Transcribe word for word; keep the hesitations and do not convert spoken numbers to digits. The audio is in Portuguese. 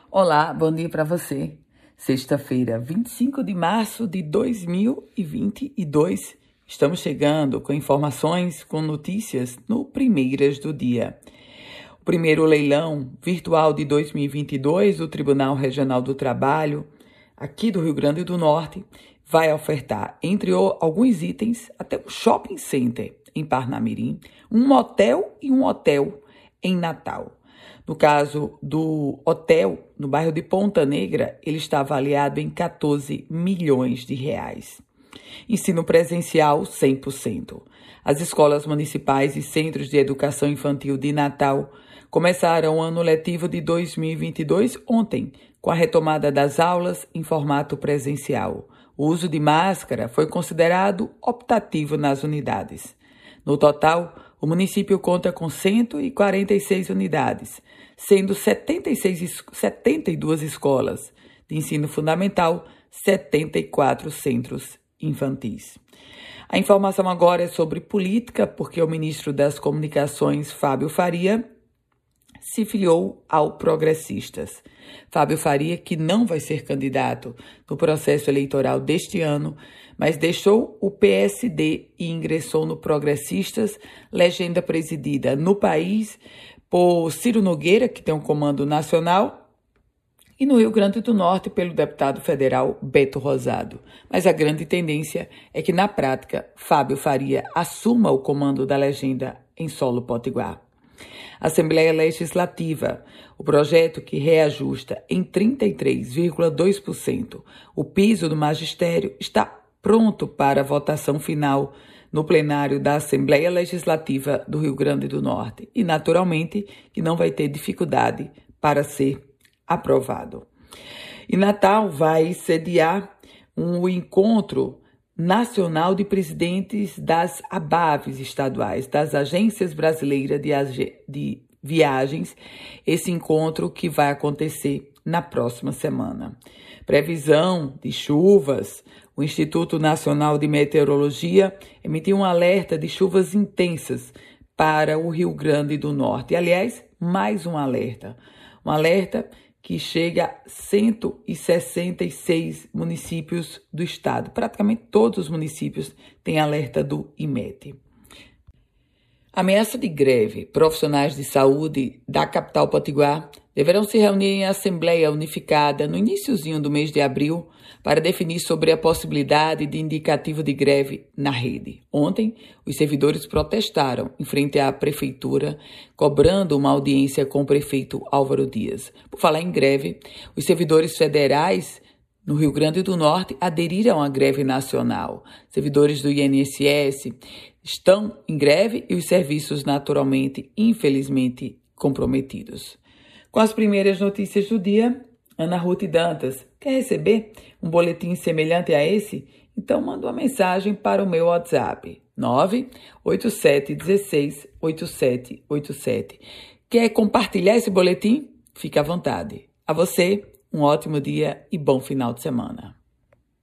Olá, bom dia para você. Sexta-feira, vinte e cinco de março de dois mil e vinte e dois. Estamos chegando com informações, com notícias no Primeiras do Dia. O primeiro leilão virtual de dois mil e vinte e dois do Tribunal Regional do Trabalho, aqui do Rio Grande do Norte, vai ofertar, entre alguns itens, até um shopping center em Parnamirim, um motel e um hotel em Natal. No caso do hotel, no bairro de Ponta Negra, ele está avaliado em quatorze milhões de reais. Ensino presencial cem por cento. As escolas municipais e centros de educação infantil de Natal começaram o ano letivo de dois mil e vinte e dois ontem, com a retomada das aulas em formato presencial. O uso de máscara foi considerado optativo nas unidades. No total, o município conta com cento e quarenta e seis unidades, sendo setenta e seis, setenta e duas escolas de ensino fundamental, setenta e quatro centros infantis. A informação agora é sobre política, porque o ministro das Comunicações, Fábio Faria, se filiou ao Progressistas. Fábio Faria, que não vai ser candidato no processo eleitoral deste ano, mas deixou o P S D e ingressou no Progressistas, legenda presidida no país por Ciro Nogueira, que tem um comando nacional, e no Rio Grande do Norte pelo deputado federal Beto Rosado. Mas a grande tendência é que, na prática, Fábio Faria assuma o comando da legenda em solo potiguar. Assembleia Legislativa, o projeto que reajusta em trinta e três vírgula dois por cento o piso do magistério está pronto para a votação final no plenário da Assembleia Legislativa do Rio Grande do Norte e, naturalmente, que não vai ter dificuldade para ser aprovado. E Natal vai sediar um encontro nacional de presidentes das A B A Vs estaduais, das Agências Brasileiras de, de Viagens, esse encontro que vai acontecer na próxima semana. Previsão de chuvas. O Instituto Nacional de Meteorologia emitiu um alerta de chuvas intensas para o Rio Grande do Norte. Aliás, mais um alerta. Um alerta que chega a cento e sessenta e seis municípios do estado. Praticamente todos os municípios têm alerta do I M E T. Ameaça de greve. Profissionais de saúde da capital potiguar deverão se reunir em assembleia unificada no iniciozinho do mês de abril para definir sobre a possibilidade de indicativo de greve na rede. Ontem, os servidores protestaram em frente à prefeitura, cobrando uma audiência com o prefeito Álvaro Dias. Por falar em greve, os servidores federais no Rio Grande do Norte aderiram à greve nacional. Servidores do I N S S estão em greve e os serviços, naturalmente, infelizmente, comprometidos. Com as primeiras notícias do dia, Ana Ruth Dantas. Quer receber um boletim semelhante a esse? Então manda uma mensagem para o meu WhatsApp, nove oito sete um seis oito sete oito sete. Quer compartilhar esse boletim? Fique à vontade. A você, um ótimo dia e bom final de semana.